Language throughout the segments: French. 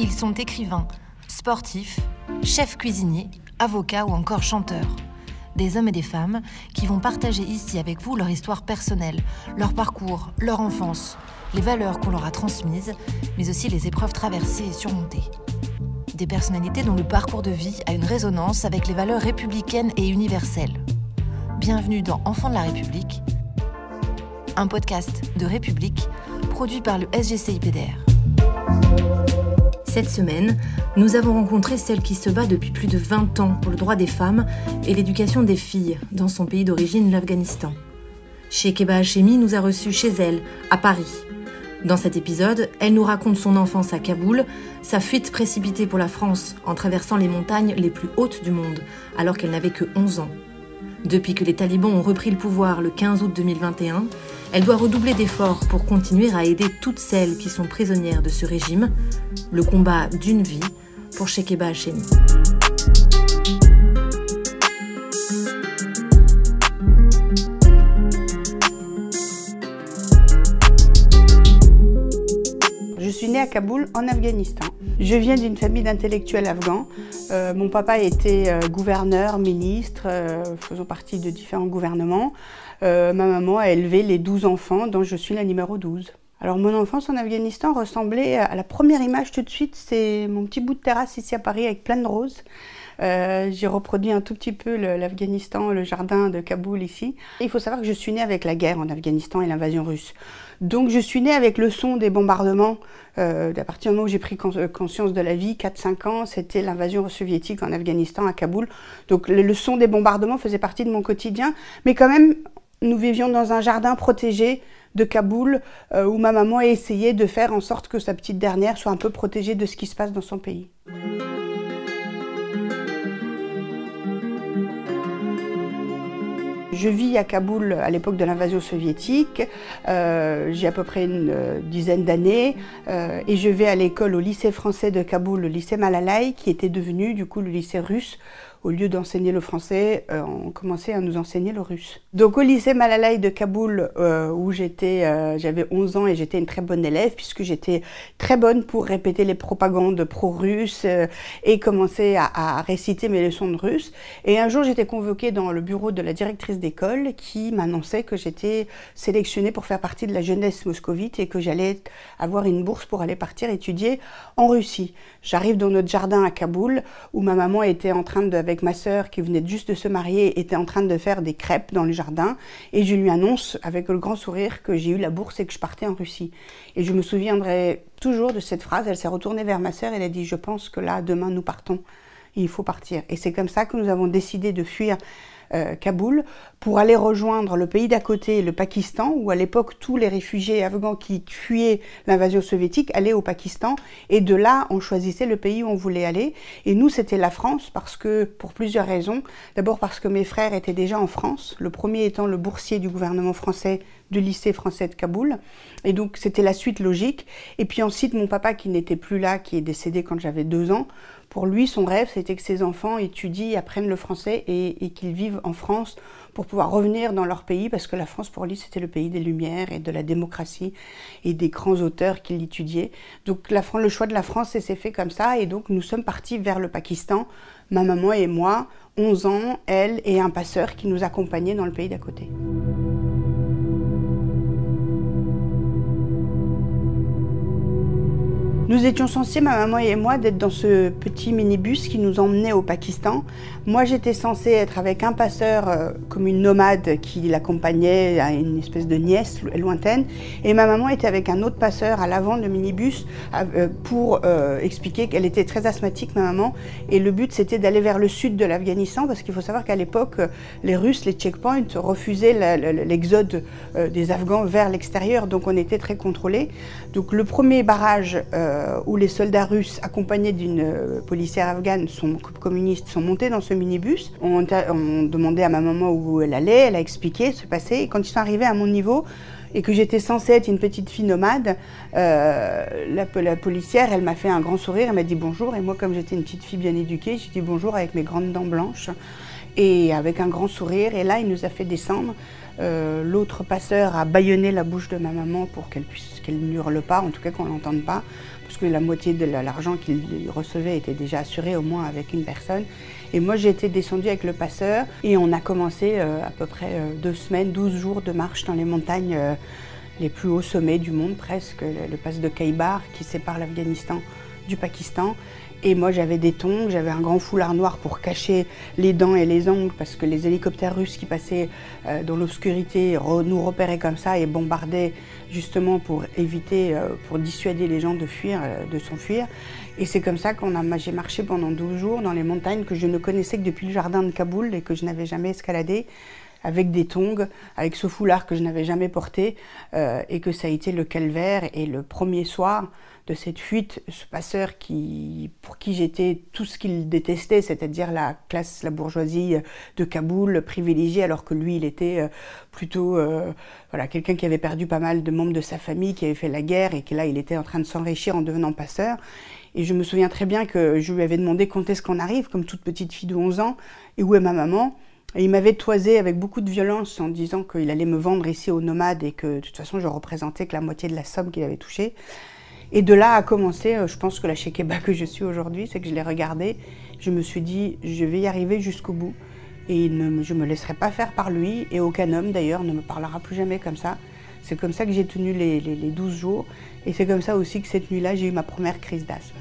Ils sont écrivains, sportifs, chefs cuisiniers, avocats ou encore chanteurs. Des hommes et des femmes qui vont partager ici avec vous leur histoire personnelle, leur parcours, leur enfance, les valeurs qu'on leur a transmises, mais aussi les épreuves traversées et surmontées. Des personnalités dont le parcours de vie a une résonance avec les valeurs républicaines et universelles. Bienvenue dans Enfants de la République, un podcast de République produit par le SGCIPDR. Cette semaine, nous avons rencontré celle qui se bat depuis plus de 20 ans pour le droit des femmes et l'éducation des filles dans son pays d'origine, l'Afghanistan. Chekeba Hachemi nous a reçus chez elle, à Paris. Dans cet épisode, elle nous raconte son enfance à Kaboul, sa fuite précipitée pour la France en traversant les montagnes les plus hautes du monde, alors qu'elle n'avait que 11 ans. Depuis que les talibans ont repris le pouvoir le 15 août 2021, elle doit redoubler d'efforts pour continuer à aider toutes celles qui sont prisonnières de ce régime. Le combat d'une vie pour Chekeba Hachemi. Je suis née à Kaboul, en Afghanistan. Je viens d'une famille d'intellectuels afghans. Mon papa était gouverneur, ministre, faisant partie de différents gouvernements. Ma maman a élevé les 12 enfants, dont je suis la numéro 12. Alors mon enfance en Afghanistan ressemblait à la première image tout de suite, c'est mon petit bout de terrasse ici à Paris avec plein de roses. J'ai reproduit un tout petit peu l'Afghanistan, le jardin de Kaboul ici. Il faut savoir que je suis née avec la guerre en Afghanistan et l'invasion russe. Donc je suis née avec le son des bombardements. À partir du moment où j'ai pris conscience de la vie, 4-5 ans, c'était l'invasion soviétique en Afghanistan, à Kaboul. Donc le son des bombardements faisait partie de mon quotidien. Mais quand même, nous vivions dans un jardin protégé de Kaboul, où ma maman a essayé de faire en sorte que sa petite dernière soit un peu protégée de ce qui se passe dans son pays. Je vis à Kaboul à l'époque de l'invasion soviétique, j'ai à peu près une dizaine d'années et je vais à l'école au lycée français de Kaboul, le lycée Malalai, qui était devenu du coup le lycée russe. Au lieu d'enseigner le français, on commençait à nous enseigner le russe. Donc au lycée Malalai de Kaboul, où j'avais 11 ans et j'étais une très bonne élève, puisque j'étais très bonne pour répéter les propagandes pro-russes et commencer à réciter mes leçons de russe. Et un jour, j'étais convoquée dans le bureau de la directrice d'école qui m'annonçait que j'étais sélectionnée pour faire partie de la jeunesse moscovite et que j'allais avoir une bourse pour aller partir étudier en Russie. J'arrive dans notre jardin à Kaboul, où ma maman était en train avec ma sœur qui venait juste de se marier, était en train de faire des crêpes dans le jardin et je lui annonce avec le grand sourire que j'ai eu la bourse et que je partais en Russie. Et je me souviendrai toujours de cette phrase. Elle s'est retournée vers ma sœur et elle a dit « Je pense que là, demain, nous partons. Il faut partir ». Et c'est comme ça que nous avons décidé de fuir Kaboul pour aller rejoindre le pays d'à côté, le Pakistan, où à l'époque tous les réfugiés afghans qui fuyaient l'invasion soviétique allaient au Pakistan et de là on choisissait le pays où on voulait aller et nous c'était la France parce que pour plusieurs raisons. D'abord parce que mes frères étaient déjà en France, le premier étant le boursier du gouvernement français du lycée français de Kaboul et donc c'était la suite logique et puis ensuite mon papa qui n'était plus là, qui est décédé quand j'avais 2 ans. Pour lui, son rêve, c'était que ses enfants étudient, apprennent le français et qu'ils vivent en France pour pouvoir revenir dans leur pays, parce que la France, pour lui, c'était le pays des Lumières et de la démocratie et des grands auteurs qu'il étudiait. Donc le choix de la France s'est fait comme ça, et donc nous sommes partis vers le Pakistan, ma maman et moi, 11 ans, elle et un passeur qui nous accompagnait dans le pays d'à côté. Nous étions censés, ma maman et moi, d'être dans ce petit minibus qui nous emmenait au Pakistan. Moi, j'étais censée être avec un passeur comme une nomade qui l'accompagnait, une espèce de nièce lointaine. Et ma maman était avec un autre passeur à l'avant de minibus pour expliquer qu'elle était très asthmatique, ma maman. Et le but, c'était d'aller vers le sud de l'Afghanistan, parce qu'il faut savoir qu'à l'époque, les Russes, les checkpoints, refusaient l'exode des Afghans vers l'extérieur. Donc, on était très contrôlés. Donc, le premier barrage où les soldats russes, accompagnés d'une policière afghane communistes, sont montés dans ce minibus. On demandait à ma maman où elle allait, elle a expliqué ce passé. Et quand ils sont arrivés à mon niveau, et que j'étais censée être une petite fille nomade, la policière, elle m'a fait un grand sourire, elle m'a dit bonjour. Et moi, comme j'étais une petite fille bien éduquée, j'ai dit bonjour avec mes grandes dents blanches. et avec un grand sourire. Et là, il nous a fait descendre. L'autre passeur a bâillonné la bouche de ma maman pour qu'elle n'hurle pas, en tout cas qu'on ne l'entende pas, parce que la moitié de l'argent qu'il recevait était déjà assuré au moins avec une personne. Et moi j'ai été descendue avec le passeur et on a commencé à peu près 2 semaines, 12 jours de marche dans les montagnes les plus hauts sommets du monde presque, le pass de Khyber qui sépare l'Afghanistan du Pakistan. Et moi j'avais des tongs, j'avais un grand foulard noir pour cacher les dents et les ongles parce que les hélicoptères russes qui passaient dans l'obscurité nous repéraient comme ça et bombardaient justement pour éviter, pour dissuader les gens de fuir, de s'enfuir. Et c'est comme ça j'ai marché pendant 12 jours dans les montagnes que je ne connaissais que depuis le jardin de Kaboul et que je n'avais jamais escaladé, avec des tongs, avec ce foulard que je n'avais jamais porté, et que ça a été le calvaire. Et le premier soir de cette fuite, ce passeur pour qui j'étais tout ce qu'il détestait, c'est-à-dire la classe, la bourgeoisie de Kaboul privilégiée, alors que lui, il était plutôt voilà, quelqu'un qui avait perdu pas mal de membres de sa famille, qui avait fait la guerre et que là, il était en train de s'enrichir en devenant passeur. Et je me souviens très bien que je lui avais demandé quand est-ce qu'on arrive, comme toute petite fille de 11 ans, et où est ma maman. Et il m'avait toisé avec beaucoup de violence en disant qu'il allait me vendre ici aux nomades et que de toute façon je représentais que la moitié de la somme qu'il avait touchée. Et de là a commencé, je pense que la Shekeba que je suis aujourd'hui, c'est que je l'ai regardé, je me suis dit je vais y arriver jusqu'au bout et je ne me laisserai pas faire par lui et aucun homme d'ailleurs ne me parlera plus jamais comme ça. C'est comme ça que j'ai tenu les 12 jours et c'est comme ça aussi que cette nuit-là j'ai eu ma première crise d'asthme.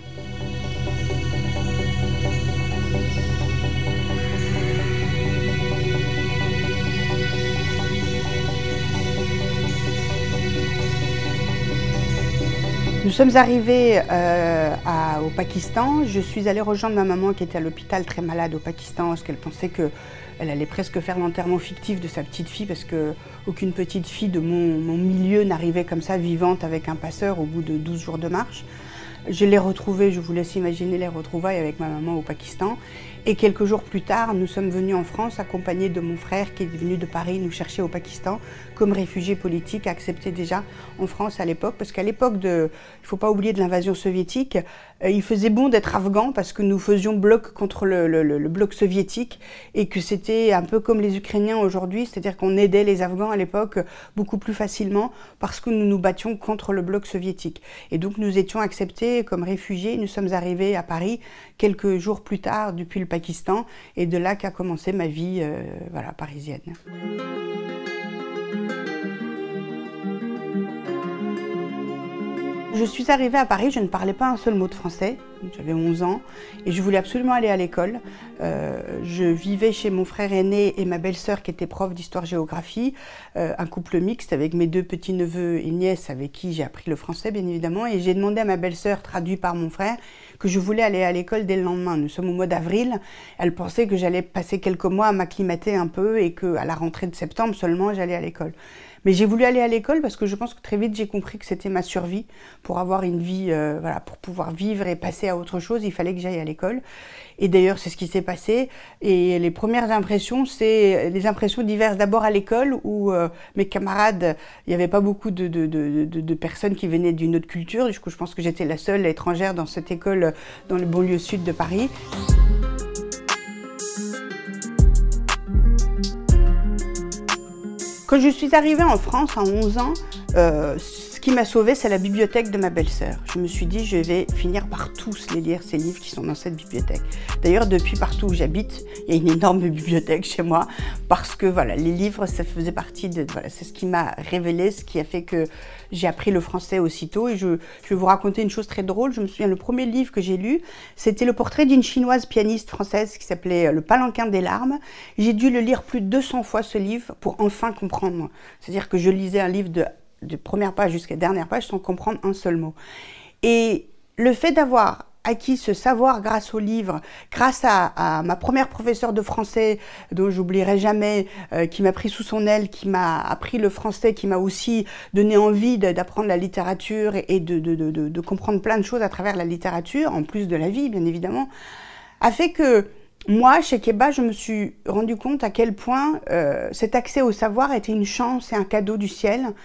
Nous sommes arrivés au Pakistan. Je suis allée rejoindre ma maman qui était à l'hôpital très malade au Pakistan parce qu'elle pensait qu'elle allait presque faire l'enterrement fictif de sa petite fille parce qu'aucune petite fille de mon milieu n'arrivait comme ça vivante avec un passeur au bout de 12 jours de marche. Je l'ai retrouvée, je vous laisse imaginer les retrouvailles avec ma maman au Pakistan. Et quelques jours plus tard, nous sommes venus en France accompagnés de mon frère qui est venu de Paris nous chercher au Pakistan comme réfugié politique, accepté déjà en France à l'époque. Parce qu'à l'époque il ne faut pas oublier de l'invasion soviétique, il faisait bon d'être afghan parce que nous faisions bloc contre le bloc soviétique et que c'était un peu comme les Ukrainiens aujourd'hui, c'est-à-dire qu'on aidait les Afghans à l'époque beaucoup plus facilement parce que nous nous battions contre le bloc soviétique. Et donc nous étions acceptés comme réfugiés, nous sommes arrivés à Paris quelques jours plus tard depuis le Pakistan et de là qu'a commencé ma vie voilà, parisienne. Je suis arrivée à Paris, je ne parlais pas un seul mot de français, j'avais 11 ans et je voulais absolument aller à l'école. Je vivais chez mon frère aîné et ma belle-sœur qui était prof d'histoire-géographie, un couple mixte avec mes 2 petits-neveux et nièces avec qui j'ai appris le français bien évidemment et j'ai demandé à ma belle-sœur, traduit par mon frère, que je voulais aller à l'école dès le lendemain. Nous sommes au mois d'avril, elle pensait que j'allais passer quelques mois à m'acclimater un peu et qu'à la rentrée de septembre seulement j'allais à l'école. Mais j'ai voulu aller à l'école parce que je pense que très vite j'ai compris que c'était ma survie pour avoir une vie, voilà, pour pouvoir vivre et passer à autre chose, il fallait que j'aille à l'école. Et d'ailleurs c'est ce qui s'est passé. Et les premières impressions, c'est les impressions diverses. D'abord à l'école où mes camarades, il n'y avait pas beaucoup de personnes qui venaient d'une autre culture. Du coup je pense que j'étais la seule étrangère dans cette école dans le banlieue sud de Paris. Quand je suis arrivée en France à 11 ans, ce qui m'a sauvée, c'est la bibliothèque de ma belle-sœur. Je me suis dit, je vais finir par tous les lire, ces livres qui sont dans cette bibliothèque. D'ailleurs, depuis partout où j'habite, il y a une énorme bibliothèque chez moi, parce que voilà, les livres, ça faisait partie de... Voilà, c'est ce qui m'a révélé, ce qui a fait que j'ai appris le français aussitôt. Et je vais vous raconter une chose très drôle. Je me souviens, le premier livre que j'ai lu, c'était le portrait d'une chinoise pianiste française qui s'appelait Le Palanquin des larmes. J'ai dû le lire plus de 200 fois, ce livre, pour enfin comprendre. C'est-à-dire que je lisais un livre de première page jusqu'à dernière page sans comprendre un seul mot. Et le fait d'avoir acquis ce savoir grâce au livre, grâce à ma première professeure de français, dont j'oublierai jamais, qui m'a pris sous son aile, qui m'a appris le français, qui m'a aussi donné envie d'apprendre la littérature et de comprendre plein de choses à travers la littérature, en plus de la vie bien évidemment, a fait que moi, chez Shekeba, je me suis rendu compte à quel point cet accès au savoir était une chance et un cadeau du ciel.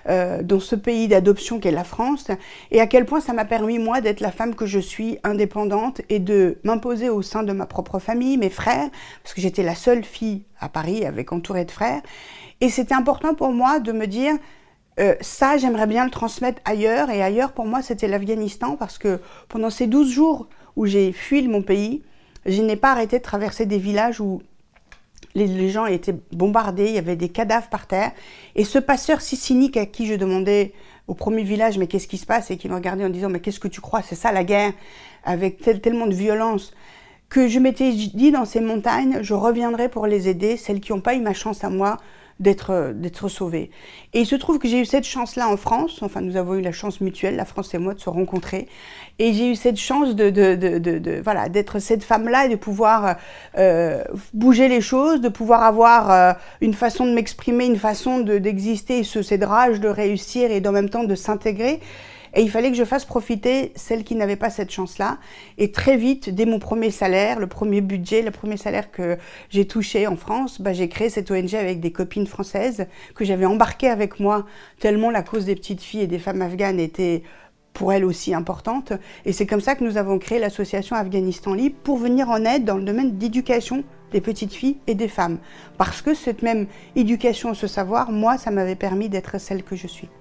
dans ce pays d'adoption qu'est la France, et à quel point ça m'a permis, moi, d'être la femme que je suis, indépendante, et de m'imposer au sein de ma propre famille, mes frères, parce que j'étais la seule fille à Paris avec entourée de frères. Et c'était important pour moi de me dire, ça, j'aimerais bien le transmettre ailleurs, et ailleurs, pour moi, c'était l'Afghanistan, parce que pendant ces 12 jours où j'ai fui mon pays, je n'ai pas arrêté de traverser des villages où les gens étaient bombardés, il y avait des cadavres par terre. Et ce passeur si cynique à qui je demandais au premier village, mais qu'est-ce qui se passe? Et qui me regardait en disant, mais qu'est-ce que tu crois? C'est ça la guerre, avec tellement de violence, que je m'étais dit dans ces montagnes, je reviendrai pour les aider, celles qui n'ont pas eu ma chance à moi, d'être sauvées. Et il se trouve que j'ai eu cette chance-là en France, enfin nous avons eu la chance mutuelle, la France et moi, de se rencontrer, et j'ai eu cette chance voilà, d'être cette femme-là et de pouvoir bouger les choses, de pouvoir avoir une façon de m'exprimer, une façon d'exister, cette rage de réussir et en même temps de s'intégrer. Et il fallait que je fasse profiter celles qui n'avaient pas cette chance-là. Et très vite, dès mon premier salaire, le premier budget, le premier salaire que j'ai touché en France, j'ai créé cette ONG avec des copines françaises que j'avais embarquées avec moi, tellement la cause des petites filles et des femmes afghanes était pour elles aussi importante. Et c'est comme ça que nous avons créé l'association Afghanistan Libre pour venir en aide dans le domaine d'éducation des petites filles et des femmes. Parce que cette même éducation, ce savoir, moi, ça m'avait permis d'être celle que je suis.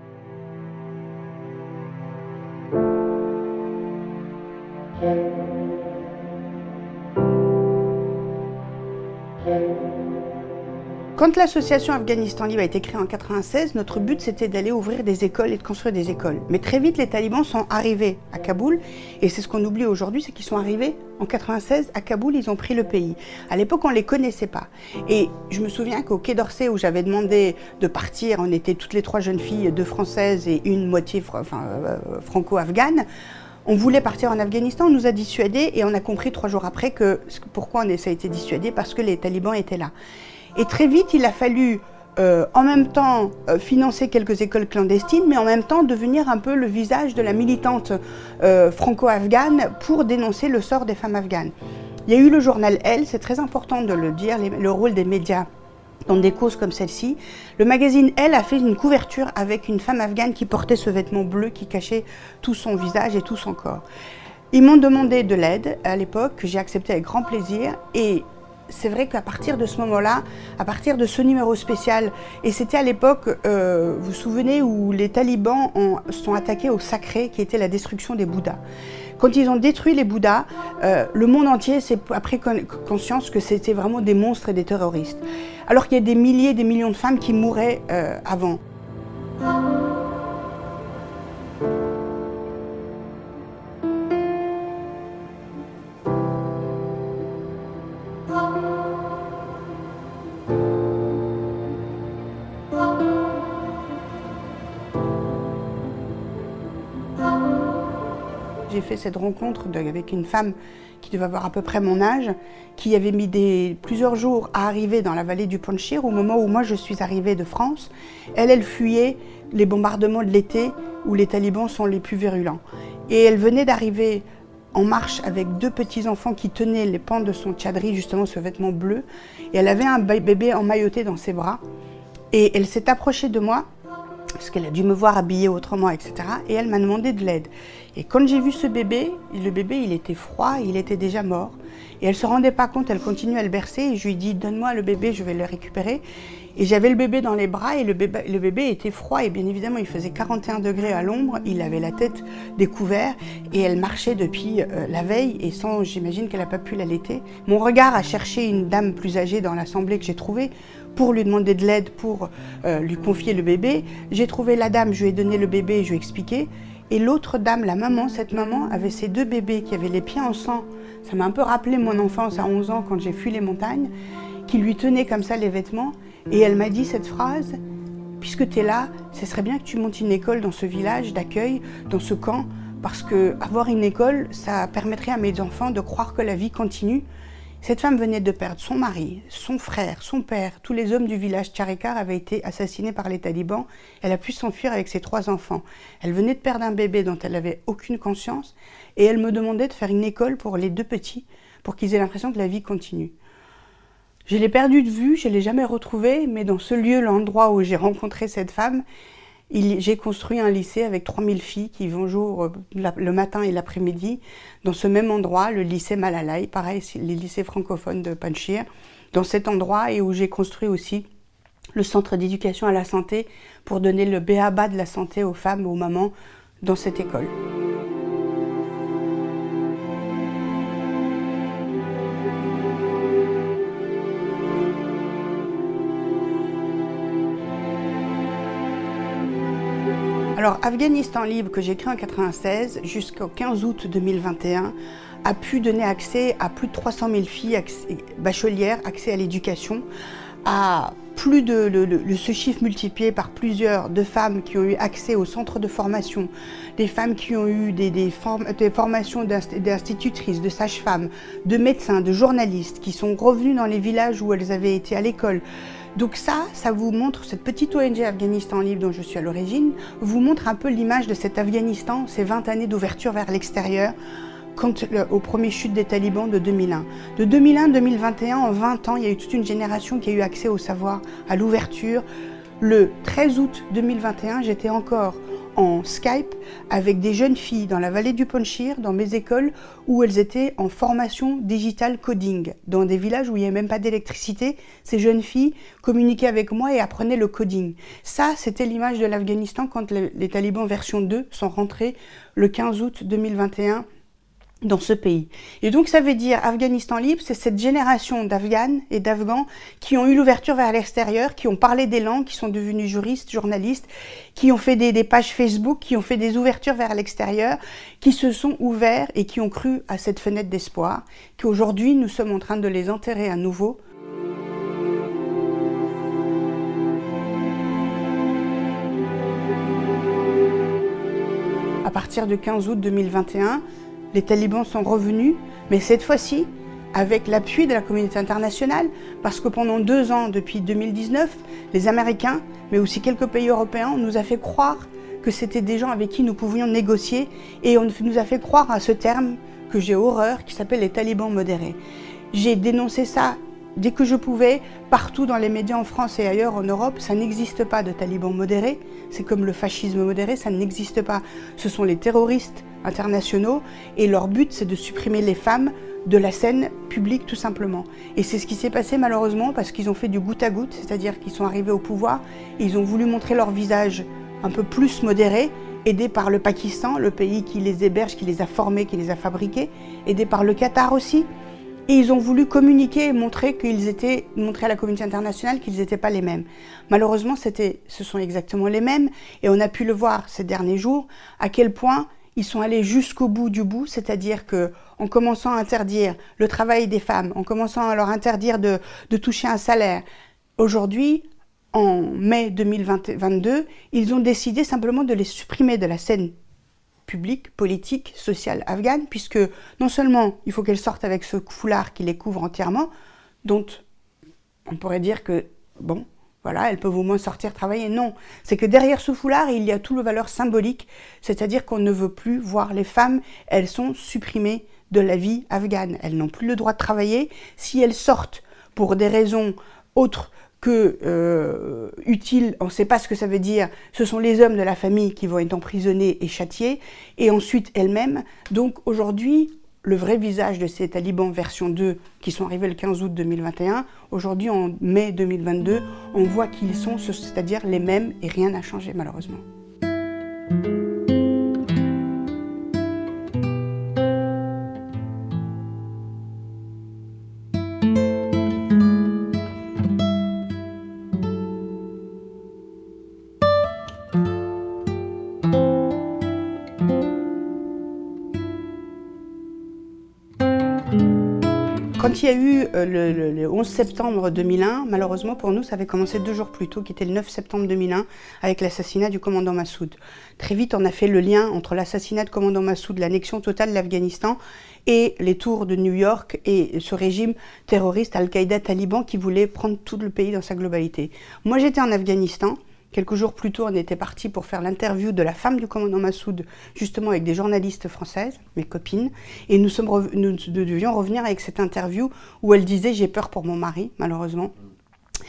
Quand l'association Afghanistan Libre a été créée en 1996, notre but c'était d'aller ouvrir des écoles et de construire des écoles. Mais très vite, les talibans sont arrivés à Kaboul, et c'est ce qu'on oublie aujourd'hui, c'est qu'ils sont arrivés en 1996 à Kaboul, ils ont pris le pays. À l'époque, on ne les connaissait pas. Et je me souviens qu'au Quai d'Orsay, où j'avais demandé de partir, on était toutes les 3 jeunes filles, 2 françaises et une moitié franco-afghane. On voulait partir en Afghanistan, on nous a dissuadés et on a compris 3 jours après pourquoi ça a été dissuadé, parce que les talibans étaient là. Et très vite, il a fallu en même temps financer quelques écoles clandestines, mais en même temps devenir un peu le visage de la militante franco-afghane pour dénoncer le sort des femmes afghanes. Il y a eu le journal Elle, c'est très important de le dire, le rôle des médias dans des causes comme celle-ci. Le magazine Elle a fait une couverture avec une femme afghane qui portait ce vêtement bleu qui cachait tout son visage et tout son corps. Ils m'ont demandé de l'aide à l'époque, que j'ai accepté avec grand plaisir, et c'est vrai qu'à partir de ce moment-là, à partir de ce numéro spécial, et c'était à l'époque, vous vous souvenez, où les talibans sont attaqués au sacré, qui était la destruction des Bouddhas. Quand ils ont détruit les Bouddhas, le monde entier a pris conscience que c'était vraiment des monstres et des terroristes. Alors qu'il y a des milliers, des millions de femmes qui mouraient avant. J'ai fait cette rencontre avec une femme qui devait avoir à peu près mon âge, qui avait mis plusieurs jours à arriver dans la vallée du Panjshir, au moment où moi je suis arrivée de France. Elle fuyait les bombardements de l'été où les talibans sont les plus virulents. Et elle venait d'arriver en marche avec 2 petits-enfants qui tenaient les pans de son tchadri, justement ce vêtement bleu. Et elle avait un bébé emmailloté dans ses bras. Et elle s'est approchée de moi, parce qu'elle a dû me voir habillée autrement, etc. Et elle m'a demandé de l'aide. Et quand j'ai vu ce bébé, le bébé, il était froid, il était déjà mort. Et elle ne se rendait pas compte, elle continuait à le bercer. Et je lui ai dit, donne-moi le bébé, je vais le récupérer. Et j'avais le bébé dans les bras et le bébé était froid. Et bien évidemment, il faisait 41 degrés à l'ombre. Il avait la tête découverte et elle marchait depuis la veille. Et j'imagine qu'elle n'a pas pu l'allaiter. Mon regard a cherché une dame plus âgée dans l'assemblée que j'ai trouvée pour lui demander de l'aide, pour lui confier le bébé. J'ai trouvé la dame, je lui ai donné le bébé, je lui ai expliqué. Et l'autre dame, la maman, cette maman avait ses 2 bébés qui avaient les pieds en sang. Ça m'a un peu rappelé mon enfance à 11 ans quand j'ai fui les montagnes, qui lui tenaient comme ça les vêtements. Et elle m'a dit cette phrase, puisque tu es là, ce serait bien que tu montes une école dans ce village d'accueil, dans ce camp, parce qu'avoir une école, ça permettrait à mes enfants de croire que la vie continue. Cette femme venait de perdre son mari, son frère, son père. Tous les hommes du village Tcharekar avaient été assassinés par les talibans. Elle a pu s'enfuir avec ses 3 enfants. Elle venait de perdre un bébé dont elle n'avait aucune conscience. Et elle me demandait de faire une école pour les 2 petits, pour qu'ils aient l'impression que la vie continue. Je l'ai perdue de vue, je ne l'ai jamais retrouvée, mais dans ce lieu, l'endroit où j'ai rencontré cette femme, j'ai construit un lycée avec 3000 filles qui vont jour le matin et l'après-midi dans ce même endroit, le lycée Malalai, pareil, les lycées francophones de Panchir, dans cet endroit, et où j'ai construit aussi le centre d'éducation à la santé pour donner le b.a.-ba de la santé aux femmes, aux mamans dans cette école. Alors, Afghanistan Libre, que j'ai créé en 1996 jusqu'au 15 août 2021, a pu donner accès à plus de 300 000 filles bachelières, accès à l'éducation, à plus ce chiffre multiplié par plusieurs de femmes qui ont eu accès au centre de formation, des femmes qui ont eu des formations d'institutrices, de sages-femmes, de médecins, de journalistes, qui sont revenues dans les villages où elles avaient été à l'école. Donc ça vous montre, cette petite ONG Afghanistan Libre dont je suis à l'origine, vous montre un peu l'image de cet Afghanistan, ces 20 années d'ouverture vers l'extérieur, au premier chute des talibans de 2001. De 2001 à 2021, en 20 ans, il y a eu toute une génération qui a eu accès au savoir, à l'ouverture. Le 13 août 2021, j'étais encore en Skype avec des jeunes filles dans la vallée du Panchir, dans mes écoles, où elles étaient en formation digital coding. Dans des villages où il n'y avait même pas d'électricité, ces jeunes filles communiquaient avec moi et apprenaient le coding. Ça, c'était l'image de l'Afghanistan quand les talibans version 2 sont rentrés le 15 août 2021 dans ce pays. Et donc ça veut dire Afghanistan Libre, c'est cette génération d'Afghanes et d'Afghans qui ont eu l'ouverture vers l'extérieur, qui ont parlé des langues, qui sont devenus juristes, journalistes, qui ont fait des pages Facebook, qui ont fait des ouvertures vers l'extérieur, qui se sont ouverts et qui ont cru à cette fenêtre d'espoir, qu'aujourd'hui nous sommes en train de les enterrer à nouveau. À partir du 15 août 2021, les talibans sont revenus, mais cette fois-ci avec l'appui de la communauté internationale, parce que pendant 2 ans, depuis 2019, les Américains, mais aussi quelques pays européens, nous a fait croire que c'était des gens avec qui nous pouvions négocier, et on nous a fait croire à ce terme que j'ai horreur, qui s'appelle les talibans modérés. J'ai dénoncé ça dès que je pouvais, partout dans les médias en France et ailleurs en Europe. Ça n'existe pas de talibans modérés, c'est comme le fascisme modéré, ça n'existe pas. Ce sont les terroristes internationaux et leur but c'est de supprimer les femmes de la scène publique tout simplement. Et c'est ce qui s'est passé malheureusement parce qu'ils ont fait du goutte à goutte, c'est-à-dire qu'ils sont arrivés au pouvoir et ils ont voulu montrer leur visage un peu plus modéré, aidés par le Pakistan, le pays qui les héberge, qui les a formés, qui les a fabriqués, aidés par le Qatar aussi. Et ils ont voulu communiquer et montrer à la communauté internationale qu'ils n'étaient pas les mêmes. Malheureusement, ce sont exactement les mêmes. Et on a pu le voir ces derniers jours, à quel point ils sont allés jusqu'au bout du bout, c'est-à-dire qu'en commençant à interdire le travail des femmes, en commençant à leur interdire de toucher un salaire, aujourd'hui, en mai 2022, ils ont décidé simplement de les supprimer de la scène publique, politique, sociale afghane, puisque non seulement il faut qu'elles sortent avec ce foulard qui les couvre entièrement, dont on pourrait dire que, bon, voilà, elles peuvent au moins sortir travailler. Non, c'est que derrière ce foulard, il y a tout le valeur symbolique, c'est-à-dire qu'on ne veut plus voir les femmes, elles sont supprimées de la vie afghane. Elles n'ont plus le droit de travailler. Si elles sortent pour des raisons autres que utile, on ne sait pas ce que ça veut dire, ce sont les hommes de la famille qui vont être emprisonnés et châtiés, et ensuite elles-mêmes. Donc aujourd'hui, le vrai visage de ces talibans version 2 qui sont arrivés le 15 août 2021, aujourd'hui en mai 2022, on voit qu'ils sont, c'est-à-dire les mêmes, et rien n'a changé malheureusement. Quand il y a eu le 11 septembre 2001, malheureusement pour nous, ça avait commencé 2 jours plus tôt, qui était le 9 septembre 2001, avec l'assassinat du commandant Massoud. Très vite, on a fait le lien entre l'assassinat du commandant Massoud, l'annexion totale de l'Afghanistan, et les tours de New York et ce régime terroriste Al-Qaïda taliban qui voulait prendre tout le pays dans sa globalité. Moi, j'étais en Afghanistan. Quelques jours plus tôt, on était partis pour faire l'interview de la femme du commandant Massoud, justement avec des journalistes françaises, mes copines, et nous devions revenir avec cette interview où elle disait « j'ai peur pour mon mari », malheureusement.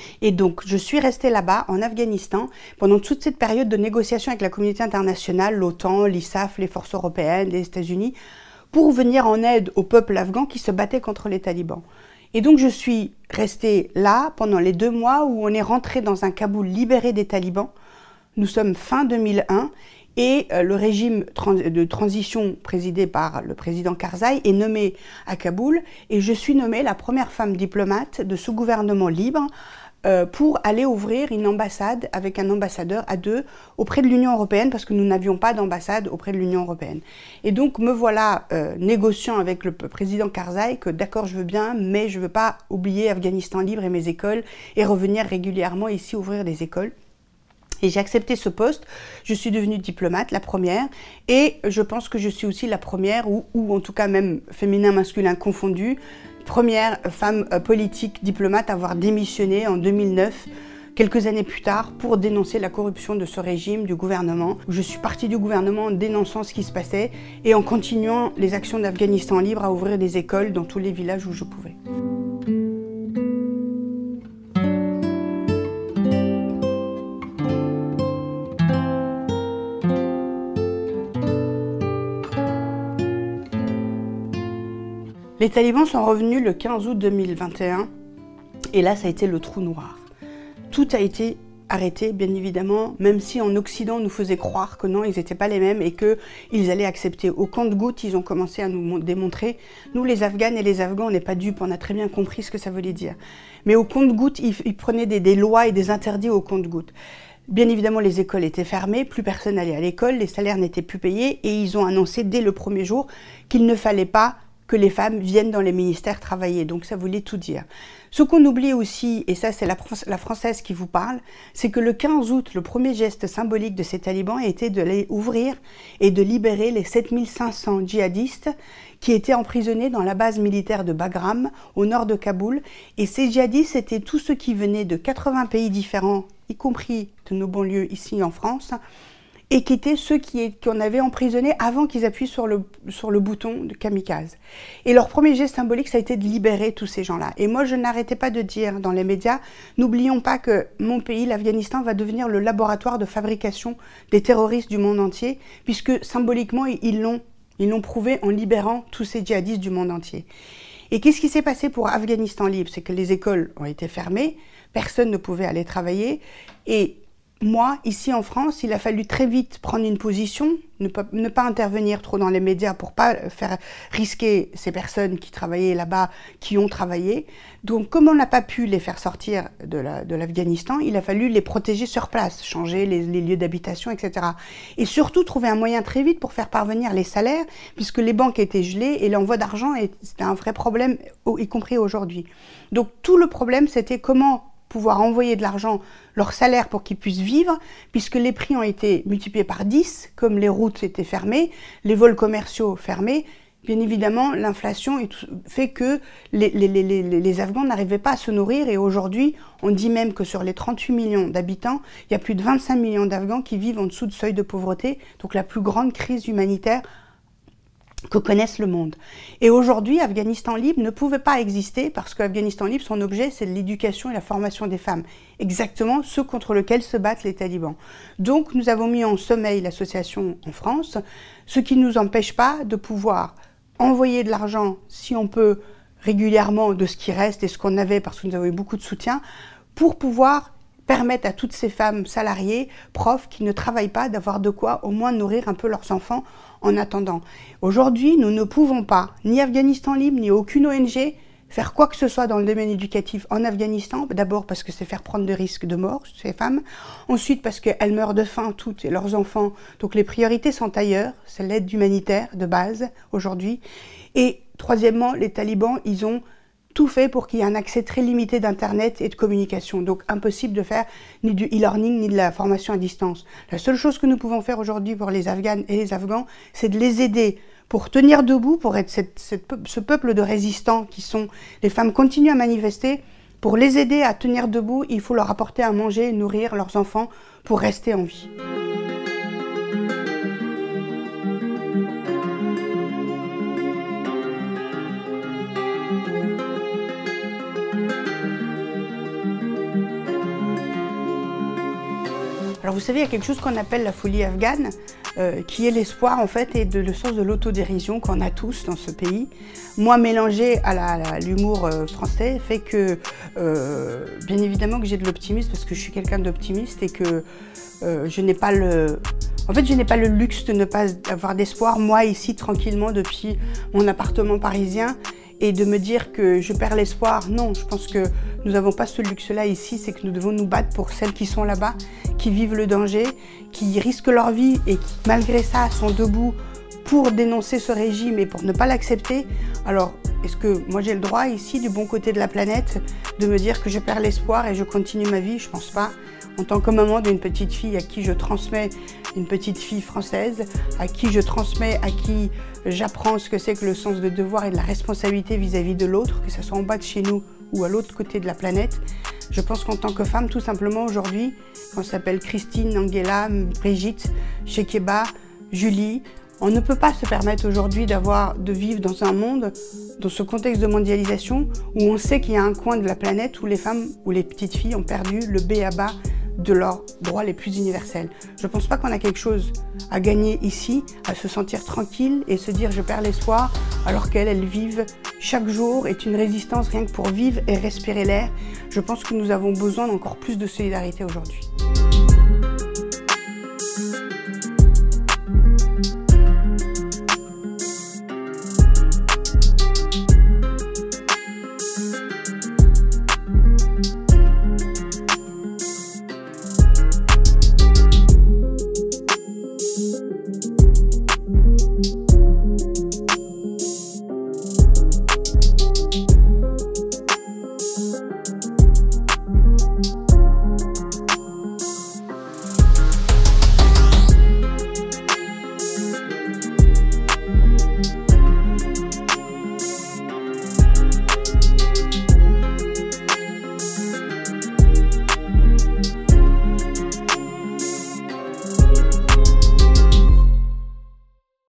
Et donc, je suis restée là-bas, en Afghanistan, pendant toute cette période de négociation avec la communauté internationale, l'OTAN, l'ISAF, les forces européennes, les États-Unis, pour venir en aide au peuple afghan qui se battait contre les talibans. Et donc, je suis restée là pendant les 2 mois où on est rentré dans un Kaboul libéré des talibans. Nous sommes fin 2001 et le régime de transition présidé par le président Karzai est nommé à Kaboul et je suis nommée la première femme diplomate de ce gouvernement libre pour aller ouvrir une ambassade avec un ambassadeur à 2 auprès de l'Union européenne parce que nous n'avions pas d'ambassade auprès de l'Union européenne. Et donc me voilà négociant avec le président Karzai que d'accord je veux bien mais je ne veux pas oublier Afghanistan libre et mes écoles et revenir régulièrement ici ouvrir des écoles. Et j'ai accepté ce poste, je suis devenue diplomate, la première, et je pense que je suis aussi la première, ou en tout cas même féminin, masculin confondu, première femme politique diplomate à avoir démissionné en 2009, quelques années plus tard, pour dénoncer la corruption de ce régime, du gouvernement. Je suis partie du gouvernement en dénonçant ce qui se passait et en continuant les actions d'Afghanistan libre à ouvrir des écoles dans tous les villages où je pouvais. Les talibans sont revenus le 15 août 2021 et là ça a été le trou noir. Tout a été arrêté bien évidemment, même si en Occident on nous faisait croire que non, ils n'étaient pas les mêmes et qu'ils allaient accepter. Au compte-gouttes, ils ont commencé à nous démontrer, nous les Afghanes et les Afghans, on n'est pas dupes, on a très bien compris ce que ça voulait dire. Mais au compte-gouttes, ils prenaient des lois et des interdits au compte-gouttes. Bien évidemment, les écoles étaient fermées, plus personne n'allait à l'école, les salaires n'étaient plus payés et ils ont annoncé dès le premier jour qu'il ne fallait pas que les femmes viennent dans les ministères travailler. Donc ça voulait tout dire. Ce qu'on oublie aussi, et ça c'est la Française qui vous parle, c'est que le 15 août, le premier geste symbolique de ces talibans a été de les ouvrir et de libérer les 7500 djihadistes qui étaient emprisonnés dans la base militaire de Bagram, au nord de Kaboul. Et ces djihadistes étaient tous ceux qui venaient de 80 pays différents, y compris de nos banlieues ici en France, et qui étaient ceux qu'on avait emprisonnés avant qu'ils appuient sur le bouton de kamikaze. Et leur premier geste symbolique, ça a été de libérer tous ces gens-là. Et moi, je n'arrêtais pas de dire dans les médias, n'oublions pas que mon pays, l'Afghanistan, va devenir le laboratoire de fabrication des terroristes du monde entier, puisque symboliquement, ils l'ont prouvé en libérant tous ces djihadistes du monde entier. Et qu'est-ce qui s'est passé pour Afghanistan libre? C'est que les écoles ont été fermées, personne ne pouvait aller travailler, et moi, ici en France, il a fallu très vite prendre une position, ne pas intervenir trop dans les médias pour pas faire risquer ces personnes qui travaillaient là-bas, qui ont travaillé. Donc, comme on n'a pas pu les faire sortir de l'Afghanistan, il a fallu les protéger sur place, changer les lieux d'habitation, etc. Et surtout, trouver un moyen très vite pour faire parvenir les salaires, puisque les banques étaient gelées et l'envoi d'argent, c'était un vrai problème, y compris aujourd'hui. Donc, tout le problème, c'était comment pouvoir envoyer de l'argent, leur salaire pour qu'ils puissent vivre, puisque les prix ont été multipliés par 10, comme les routes étaient fermées, les vols commerciaux fermés. Bien évidemment, l'inflation fait que les Afghans n'arrivaient pas à se nourrir et aujourd'hui, on dit même que sur les 38 millions d'habitants, il y a plus de 25 millions d'Afghans qui vivent en dessous du seuil de pauvreté, donc la plus grande crise humanitaire que connaisse le monde. Et aujourd'hui, Afghanistan libre ne pouvait pas exister parce qu'Afghanistan libre, son objet, c'est l'éducation et la formation des femmes. Exactement ce contre lequel se battent les talibans. Donc, nous avons mis en sommeil l'association en France, ce qui ne nous empêche pas de pouvoir envoyer de l'argent, si on peut, régulièrement de ce qui reste et ce qu'on avait, parce que nous avons eu beaucoup de soutien, pour pouvoir permettre à toutes ces femmes salariées, profs, qui ne travaillent pas, d'avoir de quoi au moins nourrir un peu leurs enfants en attendant. Aujourd'hui, nous ne pouvons pas, ni Afghanistan libre, ni aucune ONG, faire quoi que ce soit dans le domaine éducatif en Afghanistan. D'abord parce que c'est faire prendre des risques de mort, ces femmes. Ensuite parce qu'elles meurent de faim, toutes, et leurs enfants. Donc les priorités sont ailleurs. C'est l'aide humanitaire de base, aujourd'hui. Et troisièmement, les talibans, ils ont tout fait pour qu'il y ait un accès très limité d'Internet et de communication. Donc impossible de faire ni du e-learning ni de la formation à distance. La seule chose que nous pouvons faire aujourd'hui pour les Afghanes et les Afghans, c'est de les aider pour tenir debout, pour être ce peuple de résistants qui sont... Les femmes continuent à manifester. Pour les aider à tenir debout, il faut leur apporter à manger et nourrir leurs enfants pour rester en vie. Alors vous savez, il y a quelque chose qu'on appelle la folie afghane, qui est l'espoir en fait et le sens de l'autodérision qu'on a tous dans ce pays. Moi, mélangé à l'humour français, fait que bien évidemment que j'ai de l'optimisme parce que je suis quelqu'un d'optimiste et que je n'ai pas le... En fait, je n'ai pas le luxe de ne pas avoir d'espoir, moi, ici, tranquillement, depuis mon appartement parisien, et de me dire que je perds l'espoir. Non, je pense que nous n'avons pas ce luxe-là ici, c'est que nous devons nous battre pour celles qui sont là-bas, qui vivent le danger, qui risquent leur vie et qui, malgré ça, sont debout pour dénoncer ce régime et pour ne pas l'accepter. Alors, est-ce que moi j'ai le droit ici, du bon côté de la planète, de me dire que je perds l'espoir et je continue ma vie? Je pense pas. En tant que maman d'une petite fille à qui je transmets, une petite fille française, à qui je transmets, à qui j'apprends ce que c'est que le sens de devoir et de la responsabilité vis-à-vis de l'autre, que ce soit en bas de chez nous ou à l'autre côté de la planète, je pense qu'en tant que femme, tout simplement aujourd'hui, on s'appelle Christine, Angela, Brigitte, Shekeba, Julie, on ne peut pas se permettre aujourd'hui de vivre dans un monde, dans ce contexte de mondialisation, où on sait qu'il y a un coin de la planète où les femmes ou les petites filles ont perdu le b.a.-ba de leurs droits les plus universels. Je ne pense pas qu'on a quelque chose à gagner ici, à se sentir tranquille et se dire je perds l'espoir, alors qu'elles vivent chaque jour, est une résistance rien que pour vivre et respirer l'air. Je pense que nous avons besoin d'encore plus de solidarité aujourd'hui.